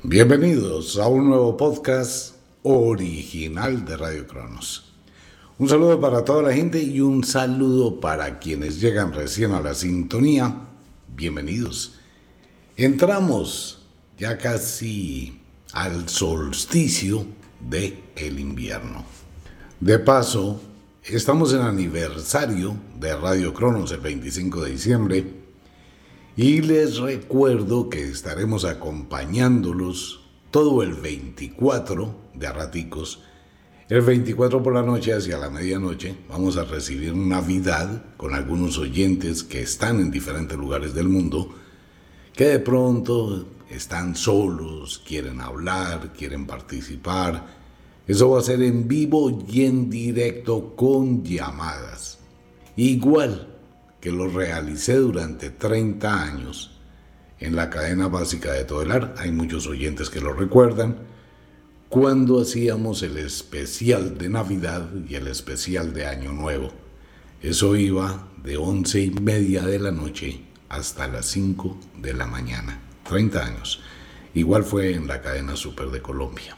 Bienvenidos a un nuevo podcast original de Radio Cronos. Un saludo para toda la gente y un saludo para quienes llegan recién a la sintonía. Bienvenidos. Entramos ya casi al solsticio del invierno. De paso, estamos en aniversario de Radio Cronos el 25 de diciembre. Y les recuerdo que estaremos acompañándolos todo el 24 de a raticos. El 24 por la noche hacia la medianoche vamos a recibir Navidad con algunos oyentes que están en diferentes lugares del mundo, que de pronto están solos, quieren hablar, quieren participar. Eso va a ser en vivo y en directo con llamadas. Igual que lo realicé durante 30 años en la cadena básica de Todelar. Hay muchos oyentes que lo recuerdan, cuando hacíamos el especial de Navidad y el especial de Año Nuevo. Eso iba de 11:30 de la noche hasta las 5 de la mañana. 30 años. Igual fue en la cadena Super de Colombia.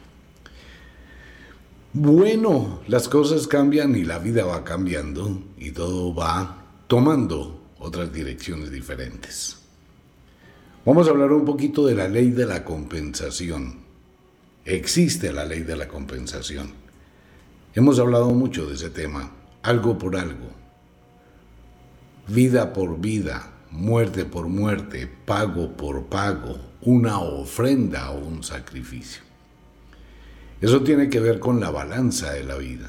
Bueno, las cosas cambian y la vida va cambiando y todo va tomando otras direcciones diferentes. Vamos a hablar un poquito de la ley de la compensación. Existe la ley de la compensación. Hemos hablado mucho de ese tema. Algo por algo. Vida por vida. Muerte por muerte. Pago por pago. Una ofrenda o un sacrificio. Eso tiene que ver con la balanza de la vida.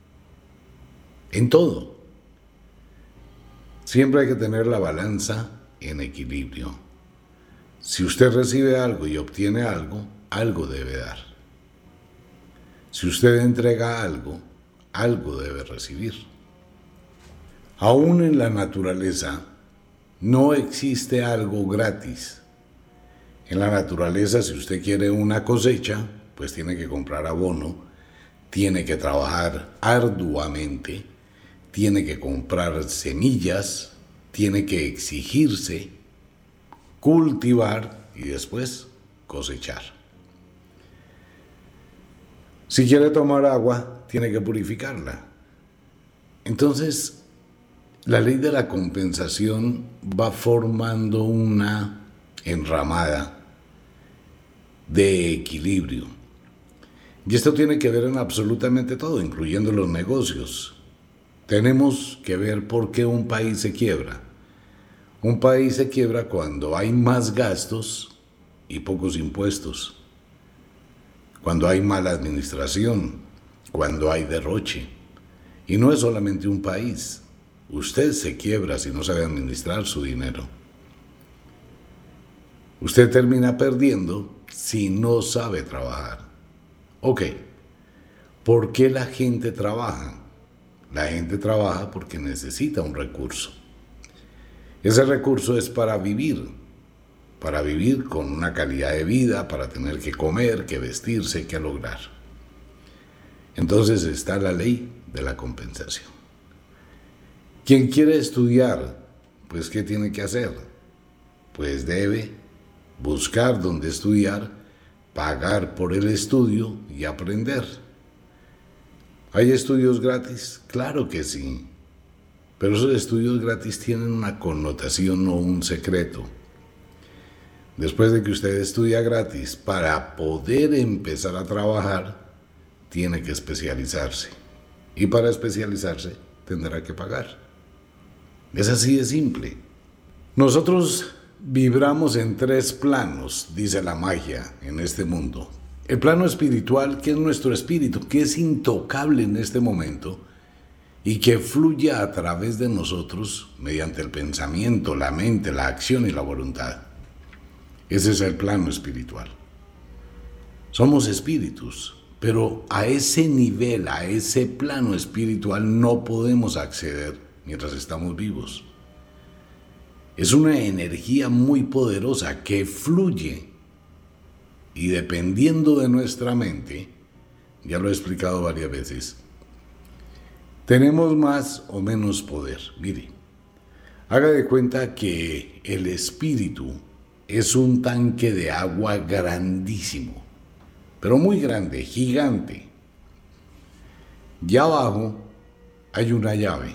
En todo. Siempre hay que tener la balanza en equilibrio. Si usted recibe algo y obtiene algo, algo debe dar. Si usted entrega algo, algo debe recibir. Aún en la naturaleza, no existe algo gratis. En la naturaleza, si usted quiere una cosecha, pues tiene que comprar abono, tiene que trabajar arduamente, tiene que comprar semillas, tiene que exigirse, cultivar y después cosechar. Si quiere tomar agua, tiene que purificarla. Entonces, la ley de la compensación va formando una enramada de equilibrio. Y esto tiene que ver en absolutamente todo, incluyendo los negocios. Tenemos que ver por qué un país se quiebra. Un país se quiebra cuando hay más gastos y pocos impuestos, cuando hay mala administración, cuando hay derroche. Y no es solamente un país. Usted se quiebra si no sabe administrar su dinero. Usted termina perdiendo si no sabe trabajar. Ok, ¿por qué la gente trabaja? La gente trabaja porque necesita un recurso. Ese recurso es para vivir con una calidad de vida, para tener que comer, que vestirse, que lograr. Entonces está la ley de la compensación. Quien quiere estudiar, pues ¿qué tiene que hacer? Pues debe buscar dónde estudiar, pagar por el estudio y aprender. ¿Hay estudios gratis? Claro que sí. Pero esos estudios gratis tienen una connotación o un secreto. Después de que usted estudia gratis, para poder empezar a trabajar, tiene que especializarse. Y para especializarse, tendrá que pagar. Es así de simple. Nosotros vibramos en 3 planos, dice la magia, en este mundo. El plano espiritual, que es nuestro espíritu, que es intocable en este momento y que fluye a través de nosotros mediante el pensamiento, la mente, la acción y la voluntad. Ese es el plano espiritual. Somos espíritus, pero a ese nivel, a ese plano espiritual no podemos acceder mientras estamos vivos. Es una energía muy poderosa que fluye. Y dependiendo de nuestra mente, ya lo he explicado varias veces, tenemos más o menos poder. Mire, haga de cuenta que el espíritu es un tanque de agua grandísimo, pero muy grande, gigante. Y abajo hay una llave.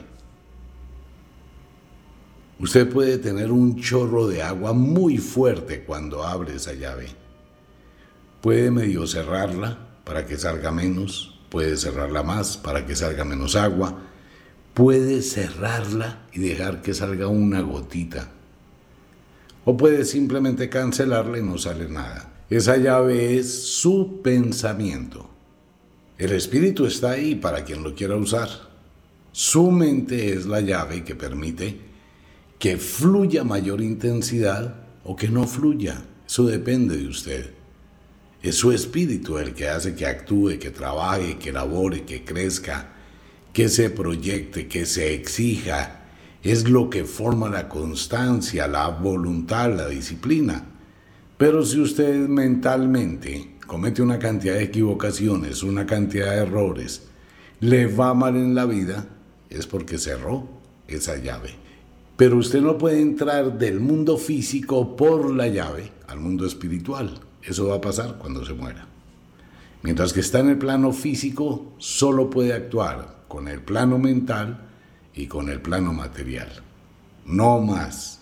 Usted puede tener un chorro de agua muy fuerte cuando abre esa llave. Puede medio cerrarla para que salga menos, puede cerrarla más para que salga menos agua, puede cerrarla y dejar que salga una gotita. O puede simplemente cancelarla y no sale nada. Esa llave es su pensamiento. El espíritu está ahí para quien lo quiera usar. Su mente es la llave que permite que fluya mayor intensidad o que no fluya. Eso depende de usted. Es su espíritu el que hace que actúe, que trabaje, que elabore, que crezca, que se proyecte, que se exija. Es lo que forma la constancia, la voluntad, la disciplina. Pero si usted mentalmente comete una cantidad de equivocaciones, una cantidad de errores, le va mal en la vida, es porque cerró esa llave. Pero usted no puede entrar del mundo físico por la llave al mundo espiritual. Eso va a pasar cuando se muera. Mientras que está en el plano físico, solo puede actuar con el plano mental y con el plano material. No más.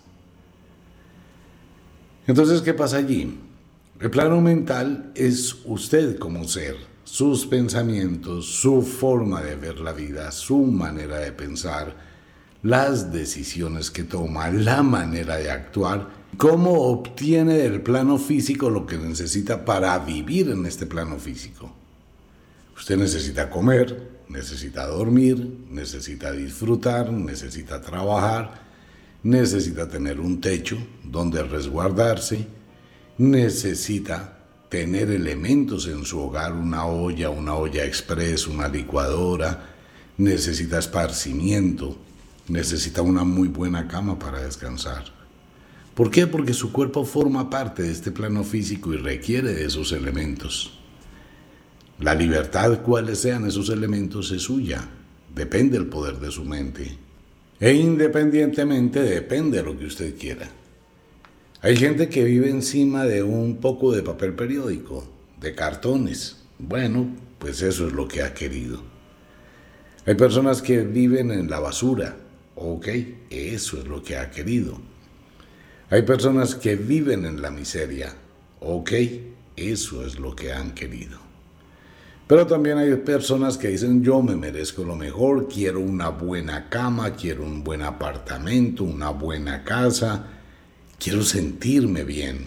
Entonces, ¿qué pasa allí? El plano mental es usted como ser, sus pensamientos, su forma de ver la vida, su manera de pensar, las decisiones que toma, la manera de actuar, cómo obtiene del plano físico lo que necesita para vivir en este plano físico. Usted necesita comer, necesita dormir, necesita disfrutar, necesita trabajar, necesita tener un techo donde resguardarse, necesita tener elementos en su hogar, una olla express, una licuadora, necesita esparcimiento, necesita una muy buena cama para descansar. ¿Por qué? Porque su cuerpo forma parte de este plano físico y requiere de esos elementos. La libertad, cuáles sean esos elementos, es suya. Depende del poder de su mente. E independientemente depende de lo que usted quiera. Hay gente que vive encima de un poco de papel periódico, de cartones. Bueno, pues eso es lo que ha querido. Hay personas que viven en la basura. Ok, eso es lo que ha querido. Hay personas que viven en la miseria. Ok, eso es lo que han querido. Pero también hay personas que dicen, yo me merezco lo mejor, quiero una buena cama, quiero un buen apartamento, una buena casa, quiero sentirme bien.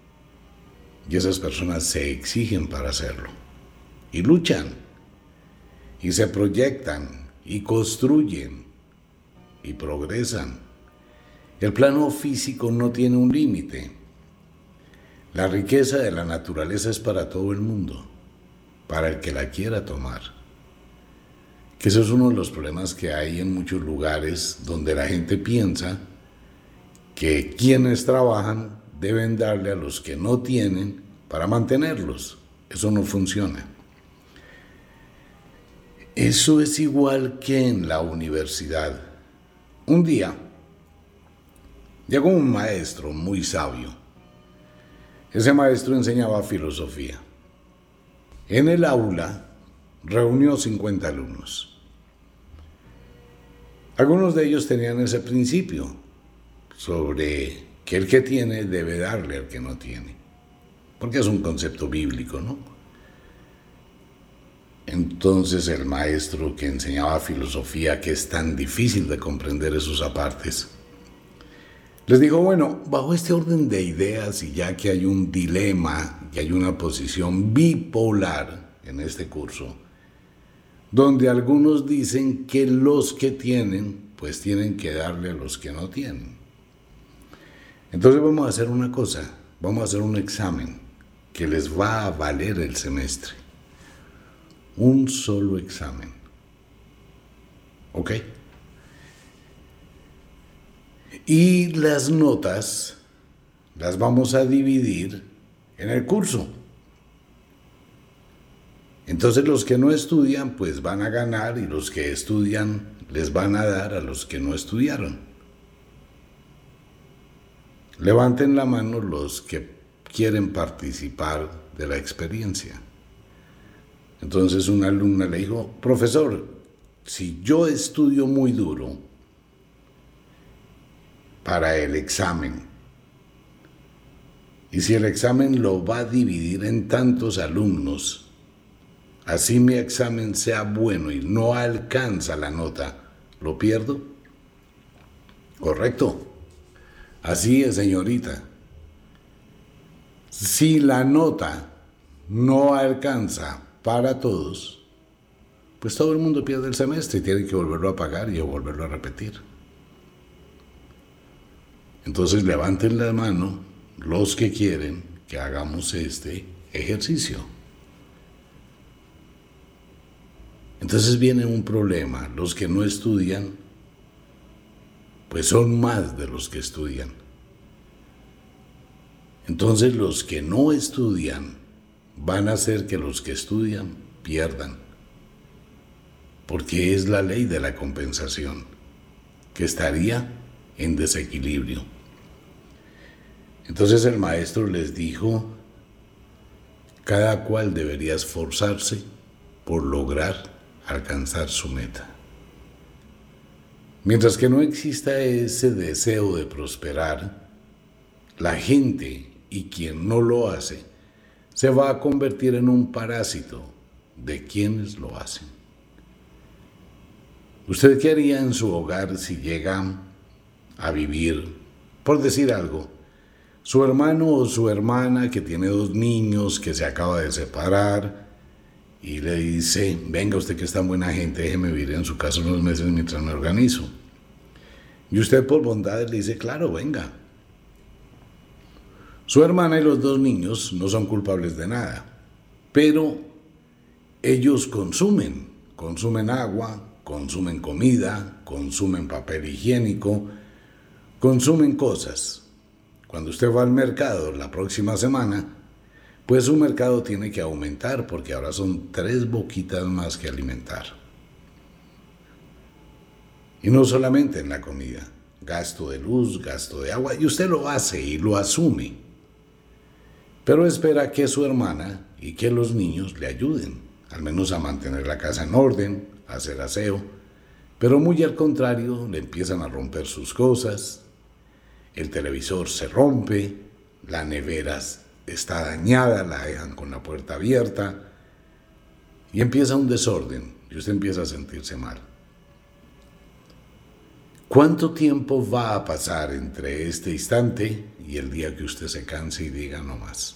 Y esas personas se exigen para hacerlo. Y luchan. Y se proyectan. Y construyen. Y progresan. El plano físico no tiene un límite. La riqueza de la naturaleza es para todo el mundo, para el que la quiera tomar. Que eso es uno de los problemas que hay en muchos lugares donde la gente piensa que quienes trabajan deben darle a los que no tienen para mantenerlos. Eso no funciona. Eso es igual que en la universidad. Un día llegó un maestro muy sabio. Ese maestro enseñaba filosofía. En el aula reunió 50 alumnos. Algunos de ellos tenían ese principio sobre que el que tiene debe darle al que no tiene. Porque es un concepto bíblico, ¿no? Entonces el maestro que enseñaba filosofía, que es tan difícil de comprender esos apartes, les dijo, bueno, bajo este orden de ideas y ya que hay un dilema, que hay una posición bipolar en este curso, donde algunos dicen que los que tienen, pues tienen que darle a los que no tienen. Entonces vamos a hacer una cosa, vamos a hacer un examen que les va a valer el semestre. Un solo examen. ¿Ok? Y las notas las vamos a dividir en el curso. Entonces los que no estudian pues van a ganar y los que estudian les van a dar a los que no estudiaron. Levanten la mano los que quieren participar de la experiencia. Entonces una alumna le dijo, profesor, si yo estudio muy duro para el examen, y si el examen lo va a dividir en tantos alumnos, así mi examen sea bueno y no alcanza la nota, ¿lo pierdo? Correcto. Así es, señorita. Si la nota no alcanza para todos, pues todo el mundo pierde el semestre y tiene que volverlo a pagar y volverlo a repetir. Entonces levanten la mano los que quieren que hagamos este ejercicio. Entonces viene un problema. Los que no estudian, pues son más de los que estudian. Entonces los que no estudian van a hacer que los que estudian pierdan. Porque es la ley de la compensación, que estaría en desequilibrio. Entonces el maestro les dijo, cada cual debería esforzarse por lograr alcanzar su meta. Mientras que no exista ese deseo de prosperar, la gente y quien no lo hace se va a convertir en un parásito de quienes lo hacen. ¿Usted qué haría en su hogar si llega a vivir, por decir algo, su hermano o su hermana que tiene 2 niños, que se acaba de separar y le dice, venga usted que es tan buena gente, déjeme vivir en su casa unos meses mientras me organizo? Y usted por bondad le dice, claro, venga. Su hermana y los 2 niños no son culpables de nada, pero ellos consumen agua, consumen comida, consumen papel higiénico, consumen cosas. Cuando usted va al mercado la próxima semana, pues su mercado tiene que aumentar porque ahora son 3 boquitas más que alimentar. Y no solamente en la comida, gasto de luz, gasto de agua, y usted lo hace y lo asume. Pero espera que su hermana y que los niños le ayuden, al menos a mantener la casa en orden, a hacer aseo, pero muy al contrario, le empiezan a romper sus cosas, el televisor se rompe, la nevera está dañada, la dejan con la puerta abierta, y empieza un desorden, y usted empieza a sentirse mal. ¿Cuánto tiempo va a pasar entre este instante y el día que usted se canse y diga no más?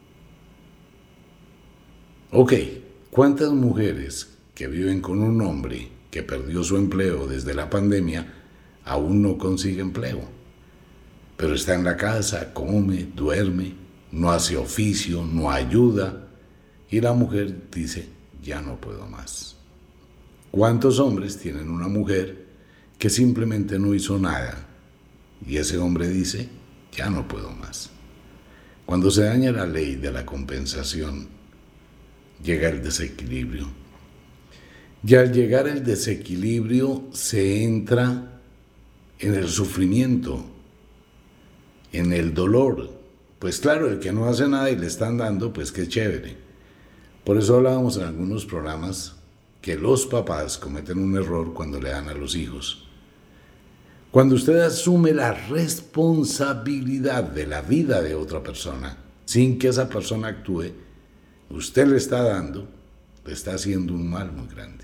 Ok, ¿cuántas mujeres que viven con un hombre que perdió su empleo desde la pandemia aún no consigue empleo? Pero está en la casa, come, duerme, no hace oficio, no ayuda, y la mujer dice, ya no puedo más. ¿Cuántos hombres tienen una mujer que simplemente no hizo nada y ese hombre dice, ya no puedo más? Cuando se daña la ley de la compensación, llega el desequilibrio. Y al llegar el desequilibrio se entra en el sufrimiento, en el dolor. Pues claro, el que no hace nada y le están dando, pues qué chévere. Por eso hablábamos en algunos programas que los papás cometen un error cuando le dan a los hijos. Cuando usted asume la responsabilidad de la vida de otra persona, sin que esa persona actúe, usted le está dando, le está haciendo un mal muy grande.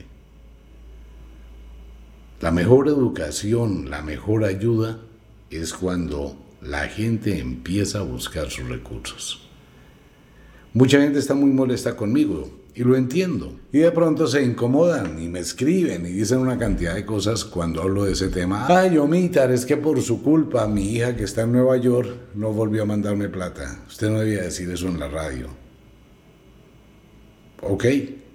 La mejor educación, la mejor ayuda, es cuando la gente empieza a buscar sus recursos. Mucha gente está muy molesta conmigo, y lo entiendo. Y de pronto se incomodan y me escriben y dicen una cantidad de cosas cuando hablo de ese tema. Ay, Omítar, es que por su culpa mi hija que está en Nueva York no volvió a mandarme plata. Usted no debía decir eso en la radio. Ok.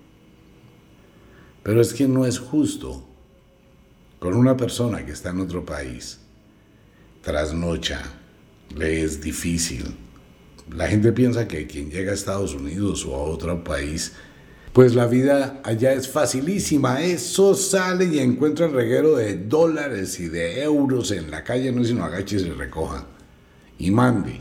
Pero es que no es justo con una persona que está en otro país. Trasnocha, le es difícil. La gente piensa que quien llega a Estados Unidos o a otro país, pues la vida allá es facilísima. Eso sale y encuentra el reguero de dólares y de euros en la calle, no es sino agache y se recoja. y mande.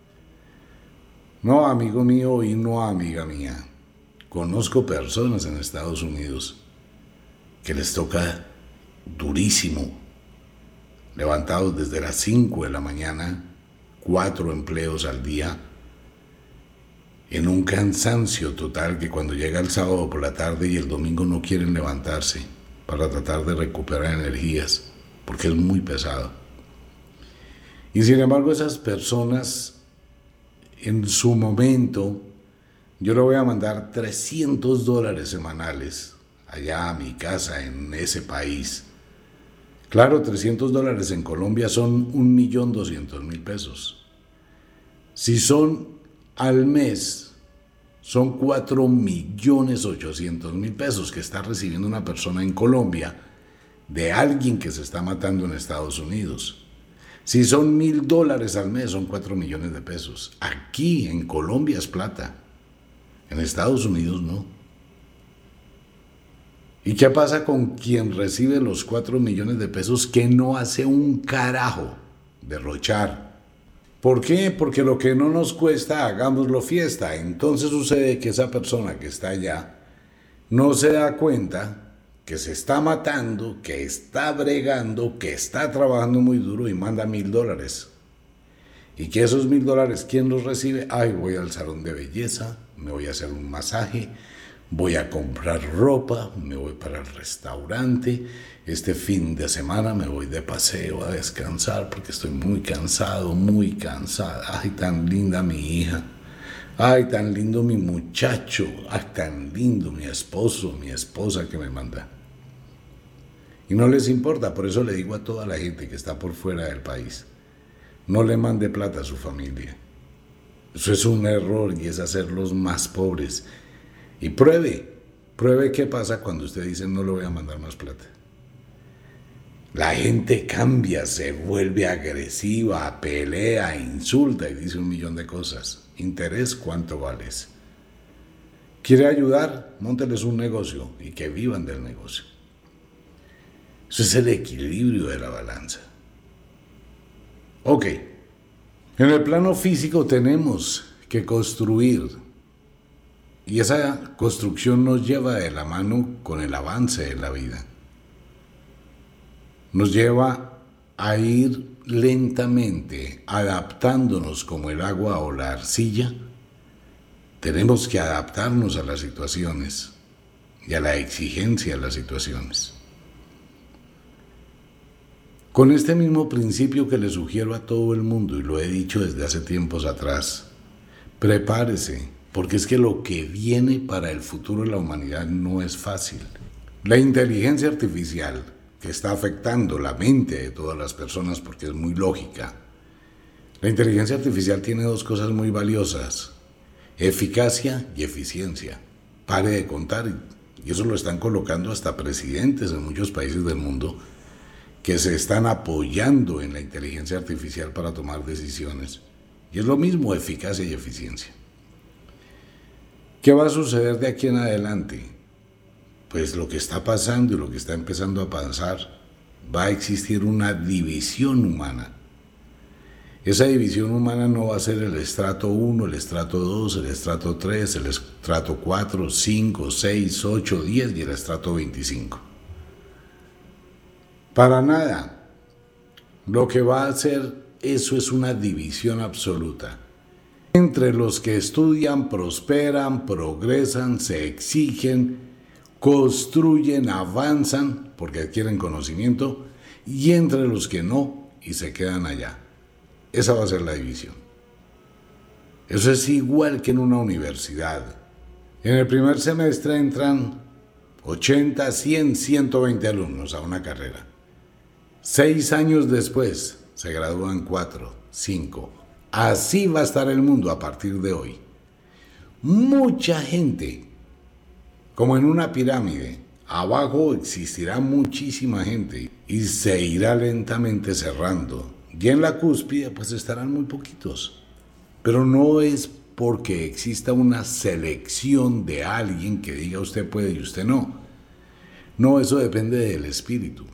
No, amigo mío y no, amiga mía. Conozco personas en Estados Unidos que les toca durísimo, levantados desde las 5 de la mañana, 4 empleos al día, en un cansancio total que cuando llega el sábado por la tarde y el domingo no quieren levantarse para tratar de recuperar energías, porque es muy pesado. Y sin embargo esas personas, en su momento, yo le voy a mandar $300 semanales allá a mi casa en ese país. Claro, $300 en Colombia son 1.200.000 pesos. Si son al mes, son 4.800.000 pesos que está recibiendo una persona en Colombia de alguien que se está matando en Estados Unidos. Si son $1.000 al mes, son 4 millones de pesos. Aquí en Colombia es plata, en Estados Unidos no. ¿Y qué pasa con quien recibe los 4 millones de pesos que no hace un carajo? Derrochar. ¿Por qué? Porque lo que no nos cuesta, hagámoslo fiesta. Entonces sucede que esa persona que está allá no se da cuenta que se está matando, que está bregando, que está trabajando muy duro y manda $1.000. Y que esos $1.000, ¿quién los recibe? Ay, voy al salón de belleza, me voy a hacer un masaje, voy a comprar ropa, me voy para el restaurante, este fin de semana me voy de paseo a descansar porque estoy muy cansado, muy cansada. Ay, tan linda mi hija, ay, tan lindo mi muchacho, ay, tan lindo mi esposo, mi esposa que me manda. Y no les importa, por eso le digo a toda la gente que está por fuera del país, no le mande plata a su familia. Eso es un error y es hacerlos más pobres. Y pruebe qué pasa cuando usted dice no le voy a mandar más plata. La gente cambia, se vuelve agresiva, pelea, insulta y dice 1.000.000 de cosas. Interés, ¿cuánto vales? ¿Quiere ayudar? Mónteles un negocio y que vivan del negocio. Eso es el equilibrio de la balanza. Ok, en el plano físico tenemos que construir. Y esa construcción nos lleva de la mano con el avance de la vida. Nos lleva a ir lentamente adaptándonos como el agua o la arcilla. Tenemos que adaptarnos a las situaciones y a la exigencia de las situaciones. Con este mismo principio que le sugiero a todo el mundo, y lo he dicho desde hace tiempos atrás, prepárese, porque es que lo que viene para el futuro de la humanidad no es fácil. La inteligencia artificial, que está afectando la mente de todas las personas porque es muy lógica. La inteligencia artificial tiene dos cosas muy valiosas: eficacia y eficiencia. Pare de contar, y eso lo están colocando hasta presidentes en muchos países del mundo que se están apoyando en la inteligencia artificial para tomar decisiones. Y es lo mismo, eficacia y eficiencia. ¿Qué va a suceder de aquí en adelante? Pues lo que está pasando y lo que está empezando a pasar, va a existir una división humana. Esa división humana no va a ser el estrato 1, el estrato 2, el estrato 3, el estrato 4, 5, 6, 8, 10 y el estrato 25. Para nada. Lo que va a hacer eso es una división absoluta. Entre los que estudian, prosperan, progresan, se exigen, construyen, avanzan, porque adquieren conocimiento, y entre los que no, y se quedan allá. Esa va a ser la división. Eso es igual que en una universidad. En el primer semestre entran 80, 100, 120 alumnos a una carrera. 6 años después se gradúan 4, 5. Así va a estar el mundo a partir de hoy. Mucha gente, como en una pirámide, abajo existirá muchísima gente y se irá lentamente cerrando. Y en la cúspide pues estarán muy poquitos. Pero no es porque exista una selección de alguien que diga usted puede y usted no. No, eso depende del espíritu.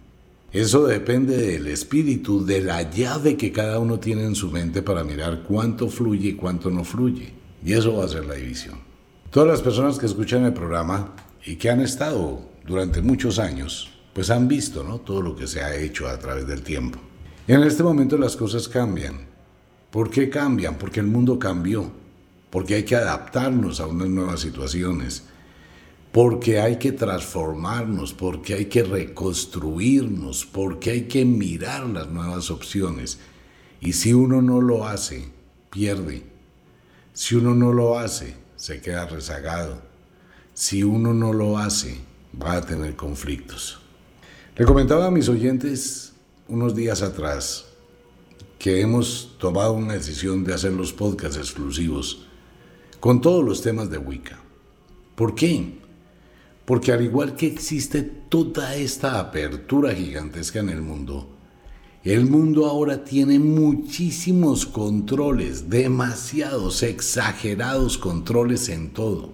Eso depende del espíritu, de la llave que cada uno tiene en su mente para mirar cuánto fluye y cuánto no fluye. Y eso va a ser la división. Todas las personas que escuchan el programa y que han estado durante muchos años, pues han visto, ¿no?, todo lo que se ha hecho a través del tiempo. Y en este momento las cosas cambian. ¿Por qué cambian? Porque el mundo cambió. Porque hay que adaptarnos a unas nuevas situaciones. Porque hay que transformarnos, porque hay que reconstruirnos, porque hay que mirar las nuevas opciones. Y si uno no lo hace, pierde. Si uno no lo hace, se queda rezagado. Si uno no lo hace, va a tener conflictos. Le comentaba a mis oyentes unos días atrás que hemos tomado una decisión de hacer los podcasts exclusivos con todos los temas de Wicca. ¿Por qué? Porque al igual que existe toda esta apertura gigantesca en el mundo ahora tiene muchísimos controles, demasiados, exagerados controles en todo.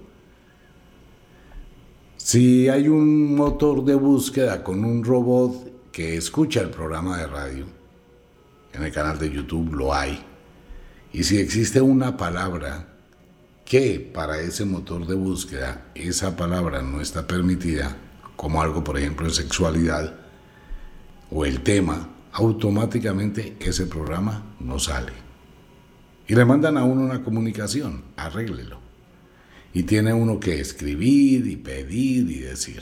Si hay un motor de búsqueda con un robot que escucha el programa de radio, en el canal de YouTube lo hay. Y si existe una palabra que para ese motor de búsqueda esa palabra no está permitida, como algo por ejemplo de sexualidad o el tema, automáticamente ese programa no sale. Y le mandan a uno una comunicación, arréglelo. Y tiene uno que escribir y pedir y decir.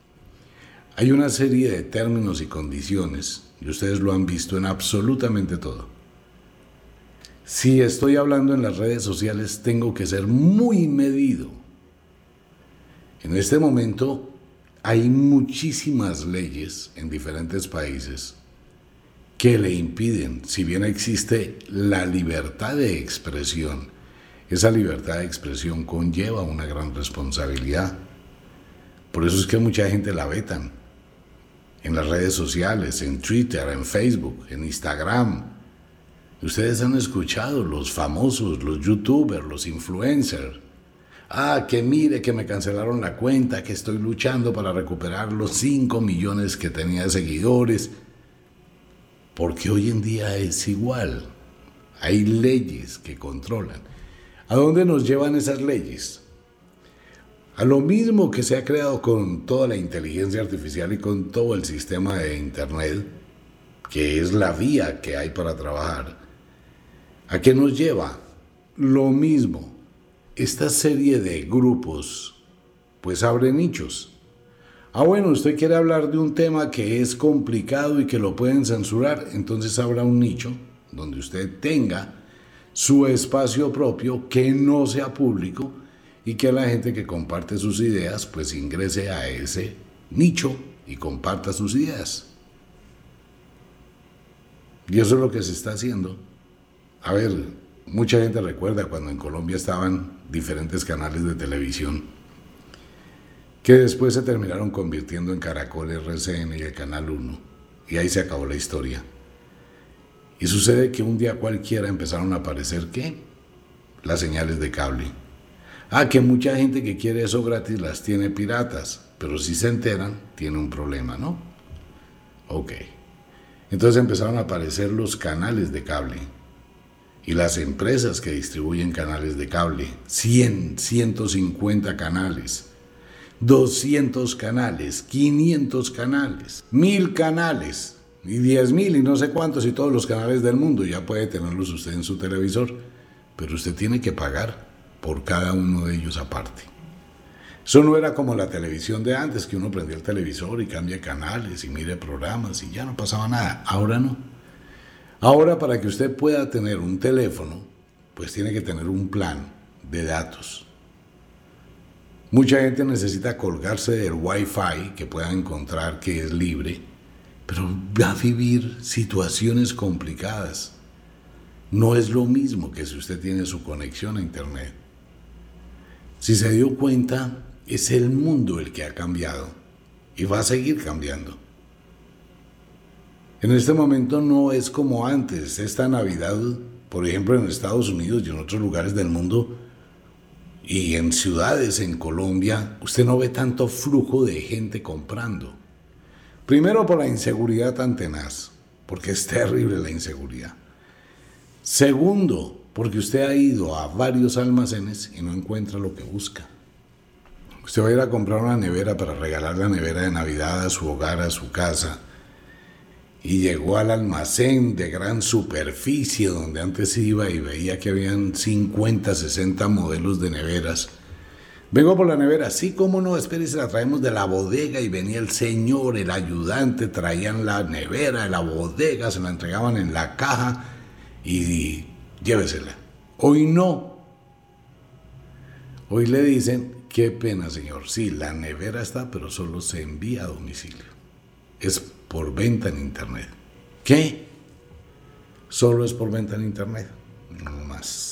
Hay una serie de términos y condiciones, y ustedes lo han visto en absolutamente todo. Si estoy hablando en las redes sociales, tengo que ser muy medido. En este momento hay muchísimas leyes en diferentes países que le impiden, si bien existe la libertad de expresión, esa libertad de expresión conlleva una gran responsabilidad. Por eso es que mucha gente la vetan en las redes sociales, en Twitter, en Facebook, en Instagram. Ustedes han escuchado los famosos, los youtubers, los influencers. Que mire que me cancelaron la cuenta, que estoy luchando para recuperar los 5 millones que tenía de seguidores. Porque hoy en día es igual. Hay leyes que controlan. ¿A dónde nos llevan esas leyes? A lo mismo que se ha creado con toda la inteligencia artificial y con todo el sistema de Internet, que es la vía que hay para trabajar. ¿A qué nos lleva? Lo mismo. Esta serie de grupos, pues abre nichos. Bueno, usted quiere hablar de un tema que es complicado y que lo pueden censurar, entonces habrá un nicho donde usted tenga su espacio propio que no sea público y que la gente que comparte sus ideas pues ingrese a ese nicho y comparta sus ideas. Y eso es lo que se está haciendo. A ver, mucha gente recuerda cuando en Colombia estaban diferentes canales de televisión que después se terminaron convirtiendo en Caracol, RCN y el Canal 1, y ahí se acabó la historia. Y sucede que un día cualquiera empezaron a aparecer, ¿qué? Las señales de cable. Que mucha gente que quiere eso gratis las tiene piratas, pero si se enteran, tiene un problema, ¿no? Ok. Entonces empezaron a aparecer los canales de cable y las empresas que distribuyen canales de cable. 100, 150 canales, 200 canales, 500 canales, 1000 canales. Y 10.000 y no sé cuántos y todos los canales del mundo, ya puede tenerlos usted en su televisor, pero usted tiene que pagar por cada uno de ellos aparte. Eso no era como la televisión de antes, que uno prendía el televisor y cambia canales y mire programas y ya no pasaba nada. Ahora no. Ahora para que usted pueda tener un teléfono, pues tiene que tener un plan de datos. Mucha gente necesita colgarse del Wi-Fi que pueda encontrar que es libre, pero va a vivir situaciones complicadas. No es lo mismo que si usted tiene su conexión a Internet. Si se dio cuenta, es el mundo el que ha cambiado y va a seguir cambiando. En este momento no es como antes. Esta Navidad, por ejemplo, en Estados Unidos y en otros lugares del mundo y en ciudades en Colombia, usted no ve tanto flujo de gente comprando. Primero por la inseguridad tan tenaz, porque es terrible la inseguridad. Segundo, porque usted ha ido a varios almacenes y no encuentra lo que busca. Usted va a ir a comprar una nevera para regalar la nevera de Navidad a su hogar, a su casa, y llegó al almacén de gran superficie donde antes iba y veía que habían 50, 60 modelos de neveras. Vengo por la nevera, sí, cómo no, espérese, la traemos de la bodega, y venía el señor, el ayudante, traían la nevera de la bodega, se la entregaban en la caja y llévesela. Hoy no. Hoy le dicen, qué pena señor, sí, la nevera está, pero solo se envía a domicilio. Es por venta en internet. ¿Qué? Solo es por venta en internet. No más.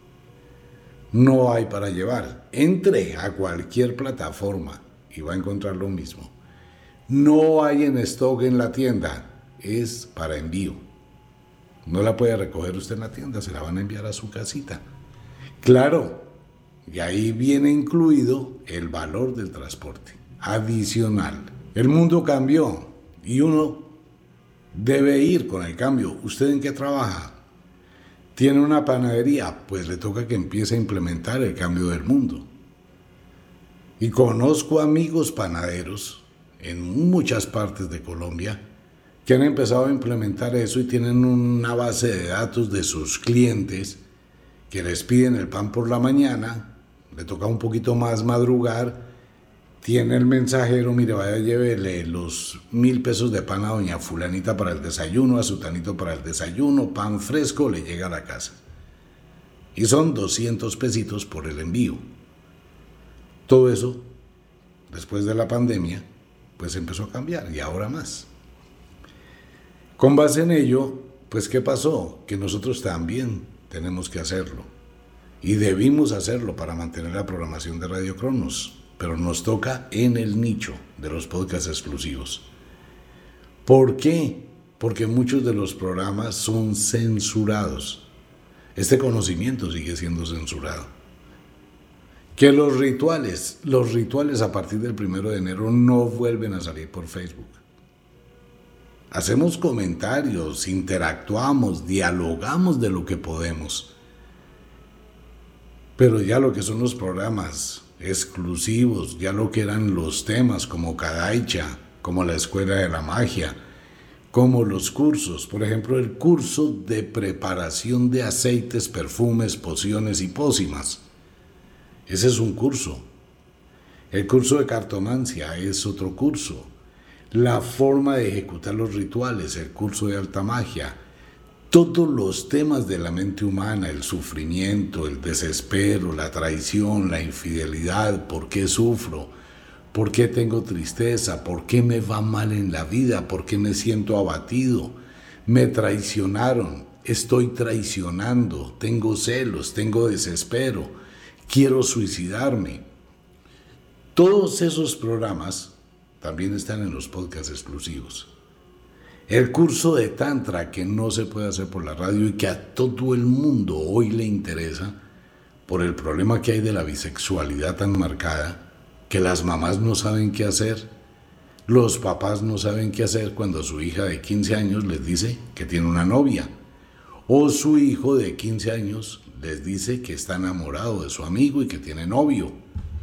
No hay para llevar. Entre a cualquier plataforma y va a encontrar lo mismo. No hay en stock en la tienda. Es para envío. No la puede recoger usted en la tienda, se la van a enviar a su casita. Claro, y ahí viene incluido el valor del transporte adicional. El mundo cambió y uno debe ir con el cambio. ¿Usted en qué trabaja? ¿Tiene una panadería? Pues le toca que empiece a implementar el cambio del mundo. Y conozco amigos panaderos en muchas partes de Colombia que han empezado a implementar eso y tienen una base de datos de sus clientes que les piden el pan por la mañana, le toca un poquito más madrugar, tiene el mensajero, mire, vaya, llévele los 1,000 pesos de pan a doña fulanita para el desayuno, a sutanito para el desayuno, pan fresco, le llega a la casa. Y son 200 pesitos por el envío. Todo eso, después de la pandemia, pues empezó a cambiar y ahora más. Con base en ello, pues ¿qué pasó? Que nosotros también tenemos que hacerlo. Y debimos hacerlo para mantener la programación de Radio Cronos. Pero nos toca en el nicho de los podcasts exclusivos. ¿Por qué? Porque muchos de los programas son censurados. Este conocimiento sigue siendo censurado. Que los rituales a partir del 1 de enero no vuelven a salir por Facebook. Hacemos comentarios, interactuamos, dialogamos de lo que podemos. Pero ya lo que son los programas exclusivos, ya lo que eran los temas como Kadaicha, como la Escuela de la Magia, como los cursos, por ejemplo el curso de preparación de aceites, perfumes, pociones y pócimas. Ese es un curso. El curso de cartomancia es otro curso. La forma de ejecutar los rituales, el curso de alta magia. Todos los temas de la mente humana, el sufrimiento, el desespero, la traición, la infidelidad, por qué sufro, por qué tengo tristeza, por qué me va mal en la vida, por qué me siento abatido, me traicionaron, estoy traicionando, tengo celos, tengo desespero, quiero suicidarme. Todos esos programas también están en los podcasts exclusivos. El curso de Tantra que no se puede hacer por la radio y que a todo el mundo hoy le interesa por el problema que hay de la bisexualidad tan marcada, que las mamás no saben qué hacer, los papás no saben qué hacer cuando su hija de 15 años les dice que tiene una novia, o su hijo de 15 años les dice que está enamorado de su amigo y que tiene novio.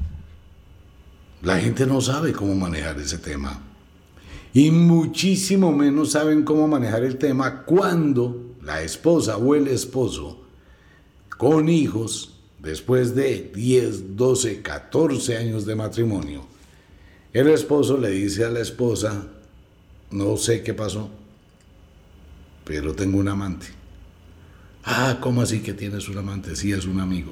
La gente no sabe cómo manejar ese tema. Y muchísimo menos saben cómo manejar el tema cuando la esposa o el esposo con hijos, después de 10, 12, 14 años de matrimonio, el esposo le dice a la esposa, no sé qué pasó, pero tengo un amante. Ah, ¿cómo así que tienes un amante? Sí, es un amigo.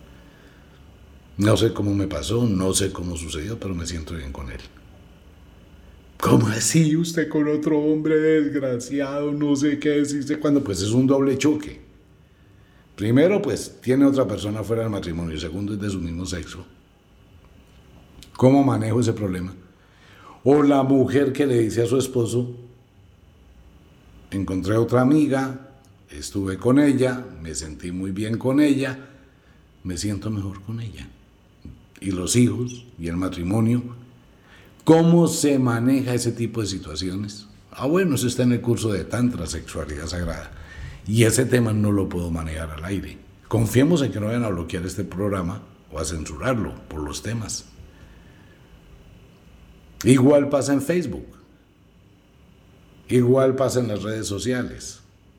No sé cómo me pasó, no sé cómo sucedió, pero me siento bien con él. ¿Cómo así usted con otro hombre desgraciado? No sé qué decirse cuando, pues es un doble choque. Primero, pues tiene otra persona fuera del matrimonio. Segundo, es de su mismo sexo. ¿Cómo manejo ese problema? O la mujer que le dice a su esposo, encontré otra amiga, estuve con ella, me sentí muy bien con ella, me siento mejor con ella. Y los hijos y el matrimonio. ¿Cómo se maneja ese tipo de situaciones? Bueno, eso está en el curso de Tantra, Sexualidad Sagrada. Y ese tema no lo puedo manejar al aire. Confiemos en que no vayan a bloquear este programa o a censurarlo por los temas. Igual pasa en Facebook. Igual pasa en las redes sociales.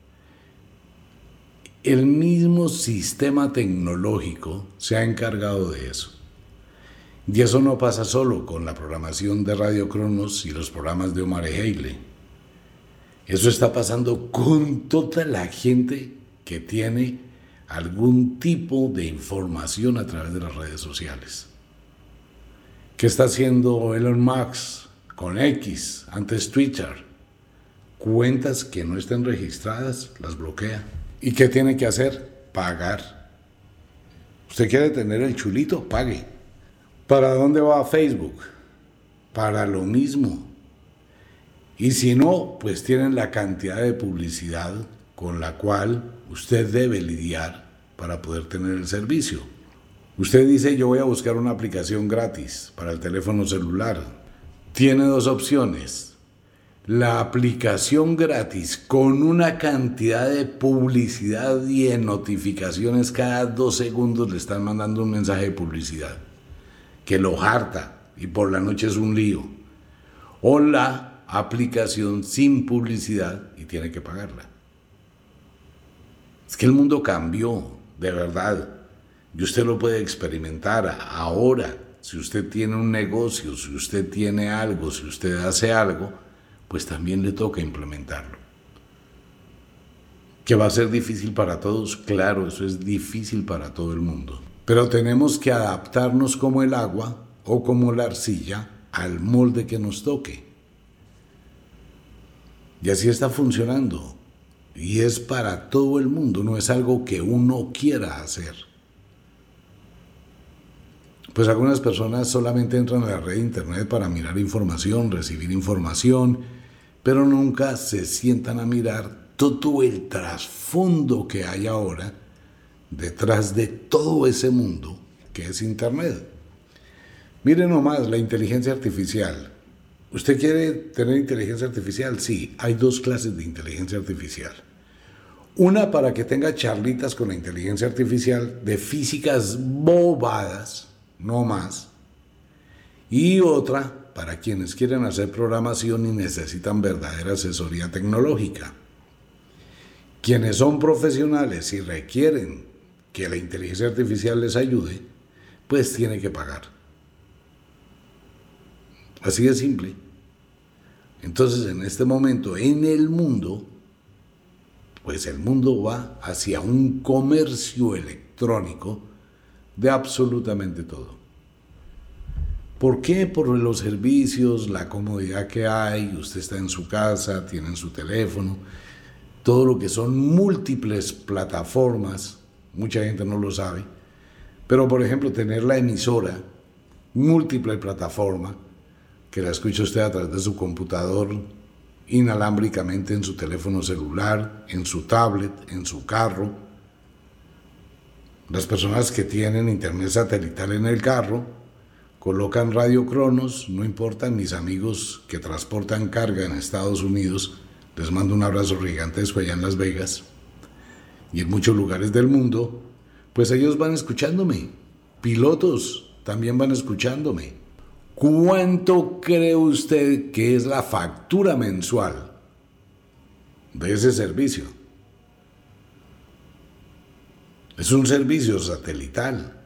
El mismo sistema tecnológico se ha encargado de eso. Y eso no pasa solo con la programación de Radio Cronos y los programas de Omar Eile. Eso está pasando con toda la gente que tiene algún tipo de información a través de las redes sociales. ¿Qué está haciendo Elon Musk con X, antes Twitter? Cuentas que no estén registradas, las bloquea. ¿Y qué tiene que hacer? Pagar. ¿Usted quiere tener el chulito? Pague. ¿Para dónde va Facebook? Para lo mismo. Y si no, pues tienen la cantidad de publicidad con la cual usted debe lidiar para poder tener el servicio. Usted dice, yo voy a buscar una aplicación gratis para el teléfono celular. Tiene dos opciones. La aplicación gratis con una cantidad de publicidad y de notificaciones cada 2 segundos le están mandando un mensaje de publicidad que lo harta y por la noche es un lío. O la aplicación sin publicidad y tiene que pagarla. Es que el mundo cambió, de verdad. Y usted lo puede experimentar ahora. Si usted tiene un negocio, si usted tiene algo, si usted hace algo, pues también le toca implementarlo. ¿Que va a ser difícil para todos? Claro, eso es difícil para todo el mundo. Pero tenemos que adaptarnos como el agua o como la arcilla al molde que nos toque. Y así está funcionando. Y es para todo el mundo, no es algo que uno quiera hacer. Pues algunas personas solamente entran a la red de internet para mirar información, recibir información, pero nunca se sientan a mirar todo el trasfondo que hay ahora detrás de todo ese mundo que es internet. Miren nomás la inteligencia artificial. ¿Usted quiere tener inteligencia artificial? Sí, hay 2 clases de inteligencia artificial. Una para que tenga charlitas con la inteligencia artificial de físicas bobadas, no más. Y otra para quienes quieren hacer programación y necesitan verdadera asesoría tecnológica. Quienes son profesionales y requieren que la inteligencia artificial les ayude, pues tienen que pagar. Así de simple. Entonces, en este momento, en el mundo, pues el mundo va hacia un comercio electrónico de absolutamente todo. ¿Por qué? Por los servicios, la comodidad que hay, usted está en su casa, tiene su teléfono, todo lo que son múltiples plataformas, mucha gente no lo sabe, pero por ejemplo tener la emisora, múltiple plataforma, que la escucha usted a través de su computador, inalámbricamente en su teléfono celular, en su tablet, en su carro. Las personas que tienen internet satelital en el carro colocan Radio Cronos, no importa, mis amigos que transportan carga en Estados Unidos, les mando un abrazo gigantesco allá en Las Vegas y en muchos lugares del mundo, pues ellos van escuchándome, pilotos también van escuchándome. ¿Cuánto cree usted que es la factura mensual de ese servicio? Es un servicio satelital.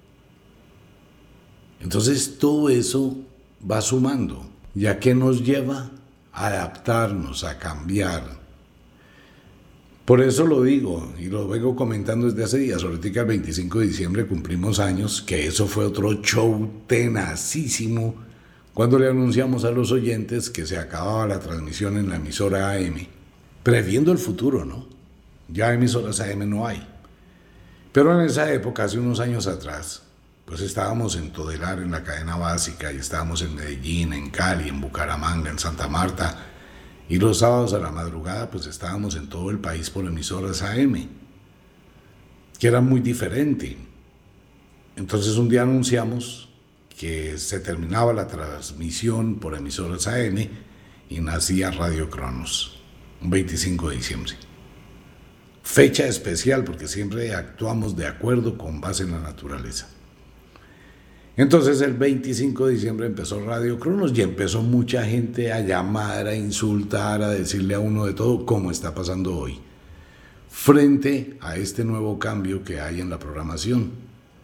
Entonces todo eso va sumando. ¿Y a qué nos lleva? A adaptarnos, a cambiar. Por eso lo digo, y lo vengo comentando desde hace días. Ahorita el 25 de diciembre cumplimos años, que eso fue otro show tenacísimo, cuando le anunciamos a los oyentes que se acababa la transmisión en la emisora AM, previendo el futuro, ¿no? Ya emisoras AM no hay. Pero en esa época, hace unos años atrás, pues estábamos en Todelar, en la cadena básica, y estábamos en Medellín, en Cali, en Bucaramanga, en Santa Marta, y los sábados a la madrugada pues estábamos en todo el país por emisoras AM, que era muy diferente. Entonces un día anunciamos que se terminaba la transmisión por emisoras AM y nacía Radio Cronos, un 25 de diciembre. Fecha especial porque siempre actuamos de acuerdo con base en la naturaleza. Entonces el 25 de diciembre empezó Radio Cronos y empezó mucha gente a llamar, a insultar, a decirle a uno de todo cómo está pasando hoy, frente a este nuevo cambio que hay en la programación.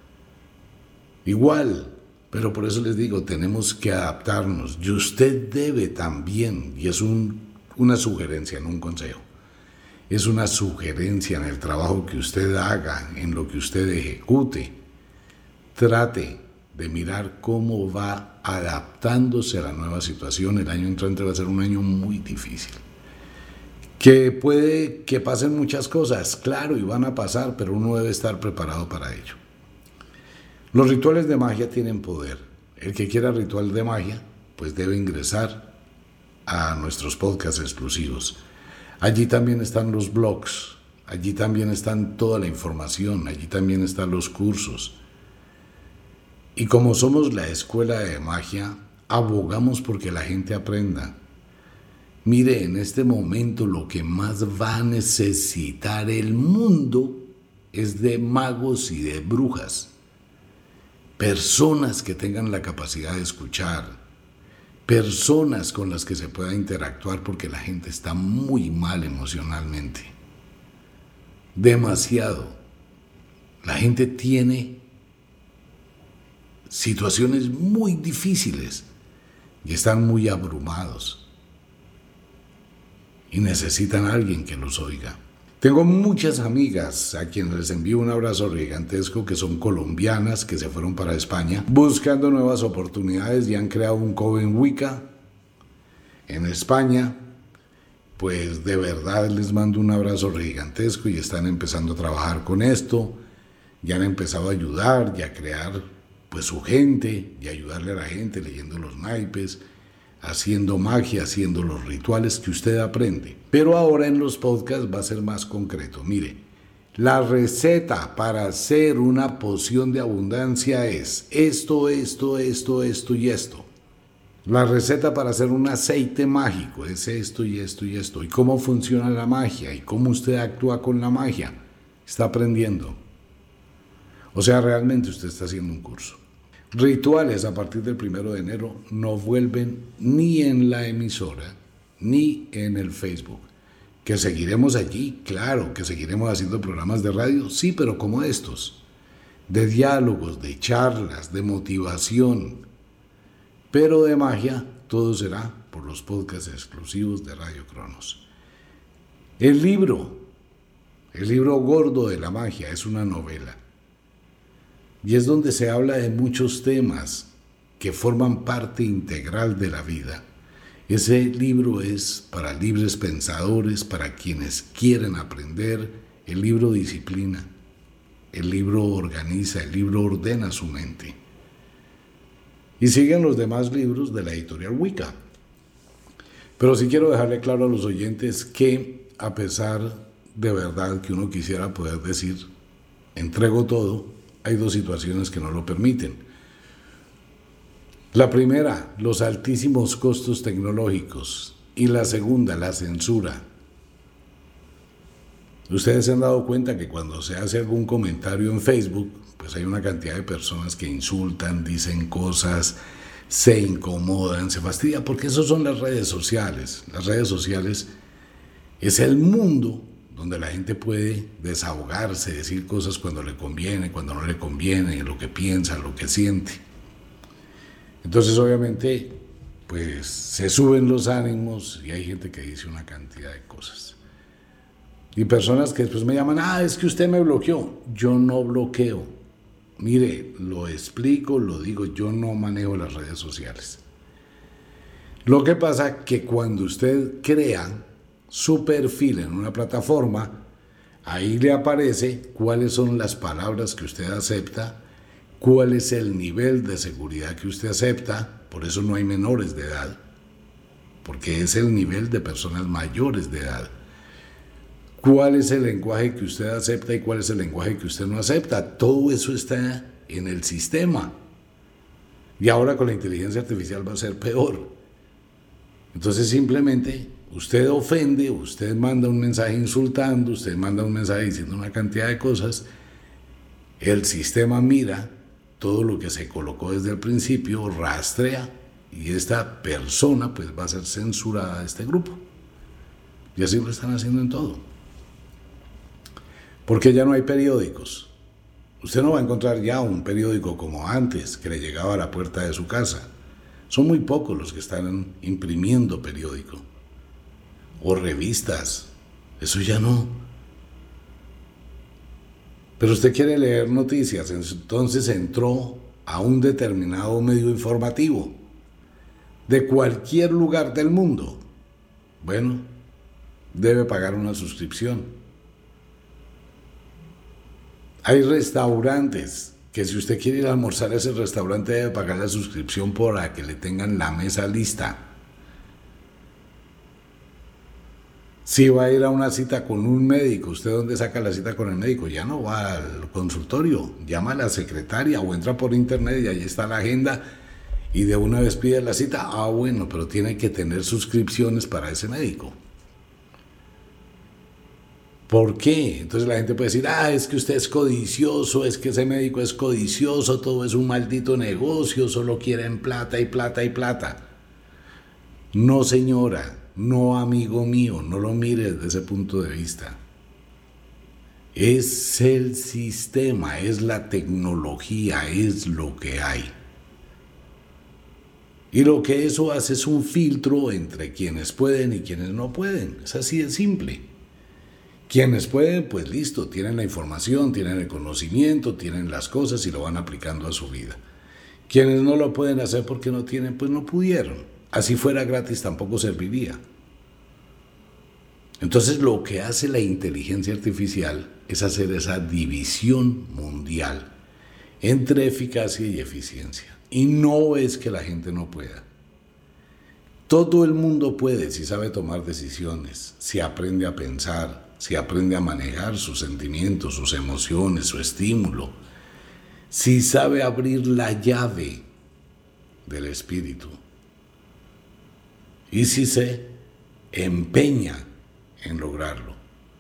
Igual, pero por eso les digo, tenemos que adaptarnos y usted debe también, y es una sugerencia, no un consejo, es una sugerencia en el trabajo que usted haga, en lo que usted ejecute, trate de mirar cómo va adaptándose a la nueva situación. El año entrante va a ser un año muy difícil. Que puede que pasen muchas cosas, claro, y van a pasar, pero uno debe estar preparado para ello. Los rituales de magia tienen poder. El que quiera ritual de magia, pues debe ingresar a nuestros podcasts exclusivos. Allí también están los blogs, allí también están toda la información, allí también están los cursos. Y como somos la escuela de magia, abogamos porque la gente aprenda. Mire, en este momento lo que más va a necesitar el mundo es de magos y de brujas. Personas que tengan la capacidad de escuchar, personas con las que se pueda interactuar porque la gente está muy mal emocionalmente. Demasiado. La gente tiene situaciones muy difíciles y están muy abrumados y necesitan a alguien que los oiga. Tengo muchas amigas a quienes les envío un abrazo gigantesco que son colombianas que se fueron para España buscando nuevas oportunidades y han creado un Coven Wicca en España. Pues de verdad les mando un abrazo gigantesco y están empezando a trabajar con esto, ya han empezado a ayudar y a crear pues su gente y ayudarle a la gente leyendo los naipes, haciendo magia, haciendo los rituales que usted aprende. Pero ahora en los podcasts va a ser más concreto. Mire, la receta para hacer una poción de abundancia es esto y esto. La receta para hacer un aceite mágico es esto y esto y esto. ¿Y cómo funciona la magia? ¿Y cómo usted actúa con la magia? Está aprendiendo. O sea, realmente usted está haciendo un curso. Rituales a partir del 1 de enero no vuelven ni en la emisora ni en el Facebook. Que seguiremos allí, claro, que seguiremos haciendo programas de radio, sí, pero como estos, de diálogos, de charlas, de motivación, pero de magia, todo será por los podcasts exclusivos de Radio Cronos. El libro gordo de la magia es una novela. Y es donde se habla de muchos temas que forman parte integral de la vida. Ese libro es para libres pensadores, para quienes quieren aprender. El libro disciplina, el libro organiza, el libro ordena su mente. Y siguen los demás libros de la editorial Wicca. Pero sí quiero dejarle claro a los oyentes que, a pesar de verdad que uno quisiera poder decir, entrego todo, hay dos situaciones que no lo permiten. La primera, los altísimos costos tecnológicos. Y la segunda, la censura. Ustedes se han dado cuenta que cuando se hace algún comentario en Facebook, pues hay una cantidad de personas que insultan, dicen cosas, se incomodan, se fastidian, porque eso son las redes sociales. Las redes sociales es el mundo donde la gente puede desahogarse, decir cosas cuando le conviene, cuando no le conviene, lo que piensa, lo que siente. Entonces, obviamente, pues se suben los ánimos y hay gente que dice una cantidad de cosas. Y personas que después me llaman, es que usted me bloqueó. Yo no bloqueo. Mire, lo explico, lo digo, yo no manejo las redes sociales. Lo que pasa que cuando usted crea su perfil en una plataforma, ahí le aparece cuáles son las palabras que usted acepta, cuál es el nivel de seguridad que usted acepta. Por eso no hay menores de edad, porque es el nivel de personas mayores de edad. Cuál es el lenguaje que usted acepta y cuál es el lenguaje que usted no acepta. Todo eso está en el sistema. Y ahora con la inteligencia artificial va a ser peor. Entonces simplemente usted ofende, usted manda un mensaje insultando, usted manda un mensaje diciendo una cantidad de cosas, el sistema mira todo lo que se colocó desde el principio, rastrea, y esta persona pues va a ser censurada de este grupo. Y así lo están haciendo en todo. Porque ya no hay periódicos. Usted no va a encontrar ya un periódico como antes, que le llegaba a la puerta de su casa. Son muy pocos los que están imprimiendo periódico. O revistas. Eso ya no. Pero usted quiere leer noticias, entonces entró a un determinado medio informativo de cualquier lugar del mundo. Bueno, debe pagar una suscripción. Hay restaurantes que si usted quiere ir a almorzar a ese restaurante debe pagar la suscripción para que le tengan la mesa lista. Si va a ir a una cita con un médico, ¿usted dónde saca la cita con el médico? Ya no va al consultorio, llama a la secretaria o entra por internet y ahí está la agenda y de una vez pide la cita. Ah, bueno, pero tiene que tener suscripciones para ese médico. ¿Por qué? Entonces la gente puede decir, es que usted es codicioso, es que ese médico es codicioso, todo es un maldito negocio, solo quieren plata y plata y plata. No, señora, no, amigo mío, no lo mire desde ese punto de vista. Es el sistema, es la tecnología, es lo que hay. Y lo que eso hace es un filtro entre quienes pueden y quienes no pueden. Es así de simple. Quienes pueden, pues listo, tienen la información, tienen el conocimiento, tienen las cosas y lo van aplicando a su vida. Quienes no lo pueden hacer porque no tienen, pues no pudieron. Así fuera gratis tampoco serviría. Entonces lo que hace la inteligencia artificial es hacer esa división mundial entre eficacia y eficiencia. Y no es que la gente no pueda. Todo el mundo puede si sabe tomar decisiones, si aprende a pensar, si aprende a manejar sus sentimientos, sus emociones, su estímulo, si sabe abrir la llave del espíritu y si se empeña en lograrlo.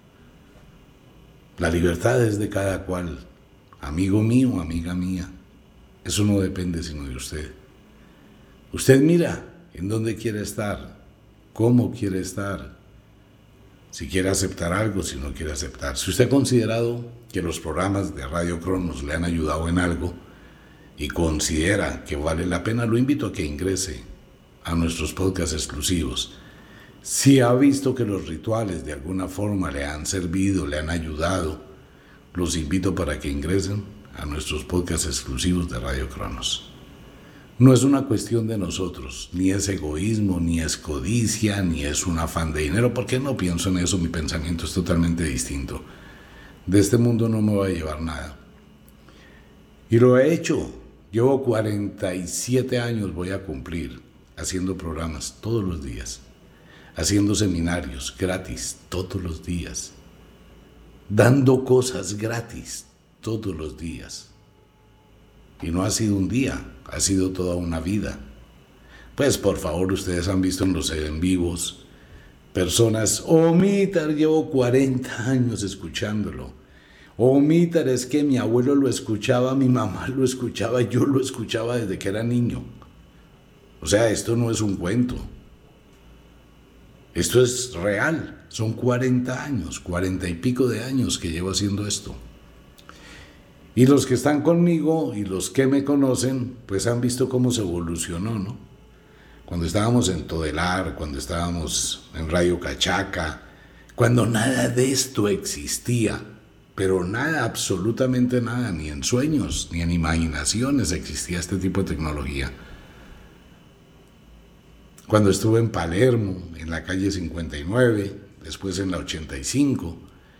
La libertad es de cada cual, amigo mío, amiga mía. Eso no depende sino de usted. Usted mira en dónde quiere estar, cómo quiere estar, si quiere aceptar algo, si no quiere aceptar. Si usted ha considerado que los programas de Radio Cronos le han ayudado en algo y considera que vale la pena, lo invito a que ingrese a nuestros podcasts exclusivos. Si ha visto que los rituales de alguna forma le han servido, le han ayudado, los invito para que ingresen a nuestros podcasts exclusivos de Radio Cronos. No es una cuestión de nosotros, ni es egoísmo, ni es codicia, ni es un afán de dinero, porque no pienso en eso, mi pensamiento es totalmente distinto. De este mundo no me va a llevar nada. Y lo he hecho, llevo 47 años, voy a cumplir, haciendo programas todos los días, haciendo seminarios gratis todos los días, dando cosas gratis todos los días. Y no ha sido un día, ha sido toda una vida. Pues por favor, ustedes han visto en los en vivos personas, Mítar, llevo 40 años escuchándolo. Mítar, es que mi abuelo lo escuchaba, mi mamá lo escuchaba, yo lo escuchaba desde que era niño. O sea, esto no es un cuento. Esto es real. Son 40 años, 40 y pico de años que llevo haciendo esto. Y los que están conmigo y los que me conocen, pues han visto cómo se evolucionó, ¿no? Cuando estábamos en Todelar, cuando estábamos en Radio Cachaca, cuando nada de esto existía, pero nada, absolutamente nada, ni en sueños, ni en imaginaciones existía este tipo de tecnología. Cuando estuve en Palermo, en la calle 59, después en la 85,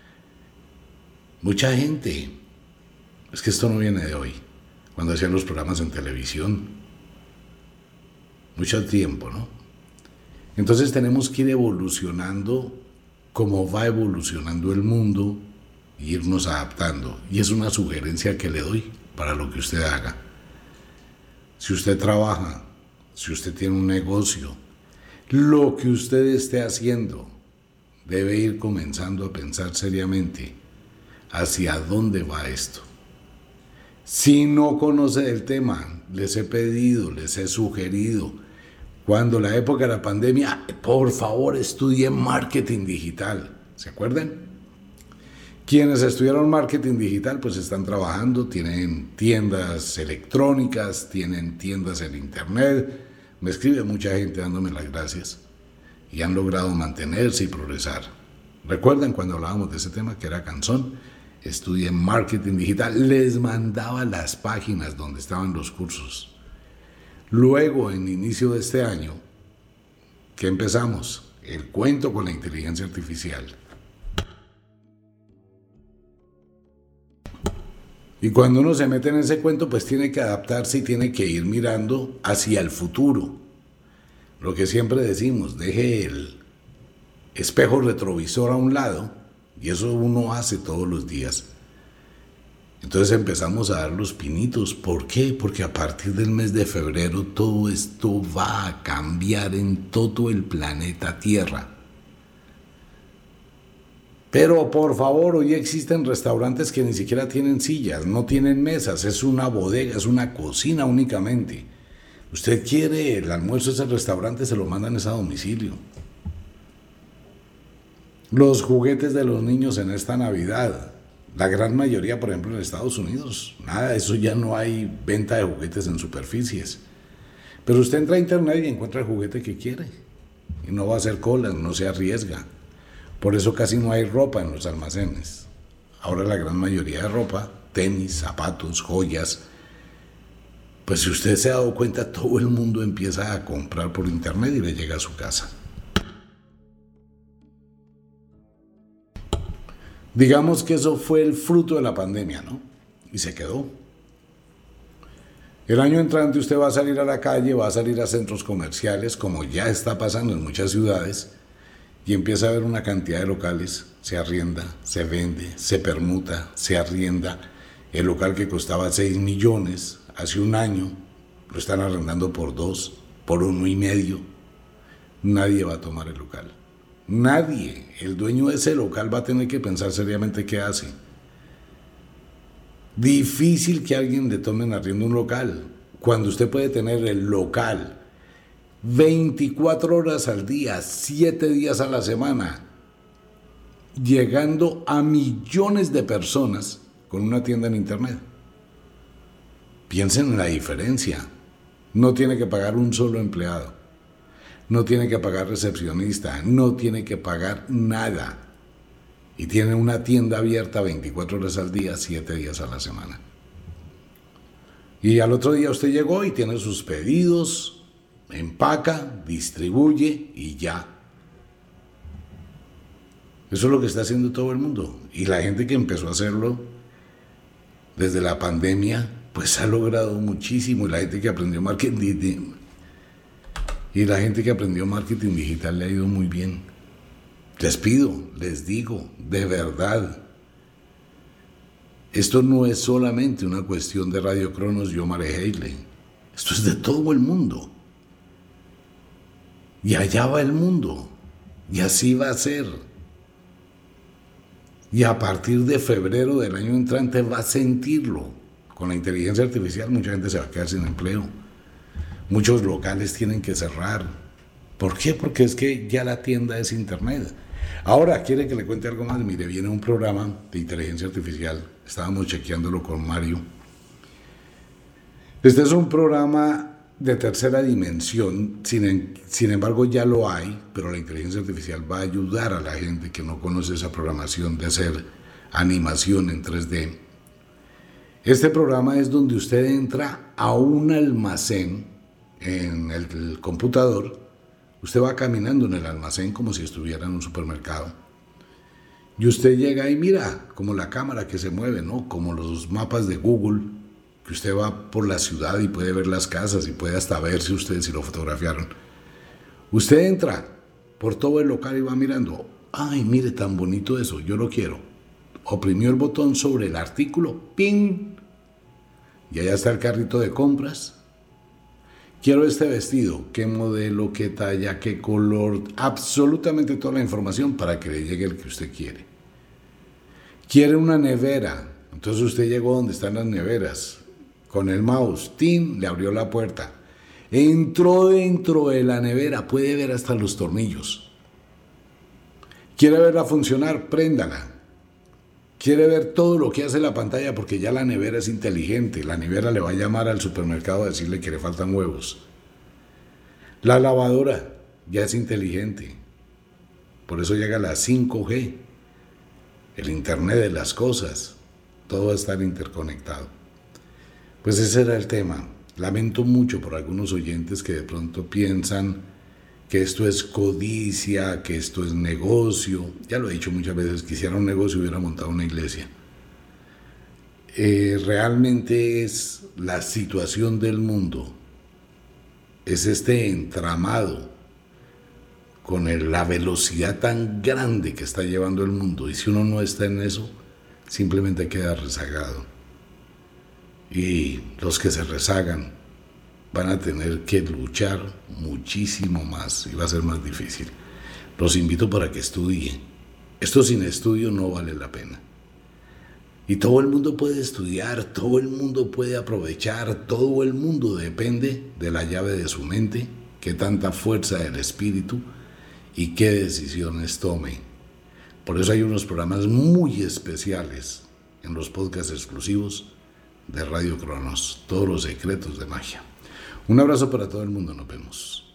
mucha gente... Es que esto no viene de hoy, cuando hacían los programas en televisión, mucho tiempo, ¿no? Entonces tenemos que ir evolucionando como va evolucionando el mundo e irnos adaptando. Y es una sugerencia que le doy para lo que usted haga. si usted trabaja, si usted tiene un negocio, lo que usted esté haciendo, debe ir comenzando a pensar seriamente hacia dónde va esto. Si no conoce el tema, les he pedido, les he sugerido, cuando la época de la pandemia, por favor estudien marketing digital. ¿Se acuerdan? Quienes estudiaron marketing digital pues están trabajando, tienen tiendas electrónicas, tienen tiendas en internet. Me escribe mucha gente dándome las gracias y han logrado mantenerse y progresar. ¿Recuerdan cuando hablábamos de ese tema que era cansón? Estudien marketing digital. Les mandaba las páginas donde estaban los cursos. Luego, en inicio de este año, ¿qué empezamos? El cuento con la inteligencia artificial. Y cuando uno se mete en ese cuento, pues tiene que adaptarse y tiene que ir mirando hacia el futuro. Lo que siempre decimos, deje el espejo retrovisor a un lado, y eso uno hace todos los días. Entonces empezamos a dar los pinitos. ¿Por qué? Porque a partir del mes de febrero todo esto va a cambiar en todo el planeta Tierra. Pero por favor, hoy existen restaurantes que ni siquiera tienen sillas, no tienen mesas, es una bodega, es una cocina únicamente. Usted quiere el almuerzo de ese restaurante, se lo mandan a domicilio. Los juguetes de los niños en esta Navidad, la gran mayoría, por ejemplo, en Estados Unidos, nada, eso ya no hay venta de juguetes en superficies. Pero usted entra a internet y encuentra el juguete que quiere. Y no va a hacer colas, no se arriesga. Por eso casi no hay ropa en los almacenes. Ahora la gran mayoría de ropa, tenis, zapatos, joyas. Pues si usted se ha dado cuenta, todo el mundo empieza a comprar por internet y le llega a su casa. Digamos que eso fue el fruto de la pandemia, ¿no? Y se quedó. El año entrante usted va a salir a la calle, va a salir a centros comerciales, como ya está pasando en muchas ciudades, y empieza a ver una cantidad de locales, se arrienda, se vende, se permuta, se arrienda. El local que costaba 6 millones hace un año, lo están arrendando por 2, por 1,5. Nadie va a tomar el local. Nadie. El dueño de ese local va a tener que pensar seriamente qué hace. Difícil que alguien le tome en arriendo un local, cuando usted puede tener el local 24 horas al día, 7 días a la semana, llegando a millones de personas con una tienda en internet. Piensen en la diferencia. No tiene que pagar un solo empleado, no tiene que pagar recepcionista, no tiene que pagar nada. Y tiene una tienda abierta 24 horas al día, 7 días a la semana. Y al otro día usted llegó y tiene sus pedidos, empaca, distribuye y ya. Eso es lo que está haciendo todo el mundo. Y la gente que empezó a hacerlo desde la pandemia, pues ha logrado muchísimo. Y la gente que aprendió marketing digital le ha ido muy bien. Les pido, les digo, de verdad, esto no es solamente una cuestión de Radio Cronos y Omar Haley. Esto es de todo el mundo. Y allá va el mundo. Y así va a ser. Y a partir de febrero del año entrante va a sentirlo. Con la inteligencia artificial mucha gente se va a quedar sin empleo. Muchos locales tienen que cerrar. ¿Por qué? Porque es que ya la tienda es internet. Ahora, ¿quiere que le cuente algo más? Mire, viene un programa de inteligencia artificial. Estábamos chequeándolo con Mario. Este es un programa de tercera dimensión, sin embargo ya lo hay, pero la inteligencia artificial va a ayudar a la gente que no conoce esa programación de hacer animación en 3D. Este programa es donde usted entra a un almacén en el computador, usted va caminando en el almacén como si estuviera en un supermercado, y usted llega y mira, como la cámara que se mueve, ¿no? Como los mapas de Google, que usted va por la ciudad y puede ver las casas y puede hasta ver si lo fotografiaron. Usted entra por todo el local y va mirando. Ay, mire, tan bonito eso, yo lo quiero. Oprimió el botón sobre el artículo, ¡ping! Y allá está el carrito de compras. Quiero este vestido, qué modelo, qué talla, qué color, absolutamente toda la información para que le llegue el que usted quiere. Quiere una nevera, entonces usted llegó donde están las neveras, con el mouse, ¡tin!, le abrió la puerta. Entró dentro de la nevera, puede ver hasta los tornillos. ¿Quiere verla funcionar? Préndala. ¿Quiere ver todo lo que hace la pantalla? Porque ya la nevera es inteligente. La nevera le va a llamar al supermercado a decirle que le faltan huevos. La lavadora ya es inteligente. Por eso llega la 5G, el Internet de las cosas. Todo va a estar interconectado. Pues ese era el tema. Lamento mucho por algunos oyentes que de pronto piensan que esto es codicia, que esto es negocio. Ya lo he dicho muchas veces, quisiera un negocio hubiera montado una iglesia. Realmente es la situación del mundo, es este entramado con la velocidad tan grande que está llevando el mundo, y si uno no está en eso, simplemente queda rezagado. Y los que se rezagan van a tener que luchar muchísimo más y va a ser más difícil. Los invito para que estudien. Esto sin estudio no vale la pena. Y todo el mundo puede estudiar, todo el mundo puede aprovechar, todo el mundo depende de la llave de su mente, qué tanta fuerza del espíritu y qué decisiones tome. Por eso hay unos programas muy especiales en los podcasts exclusivos de Radio Cronos, todos los secretos de magia. Un abrazo para todo el mundo, nos vemos.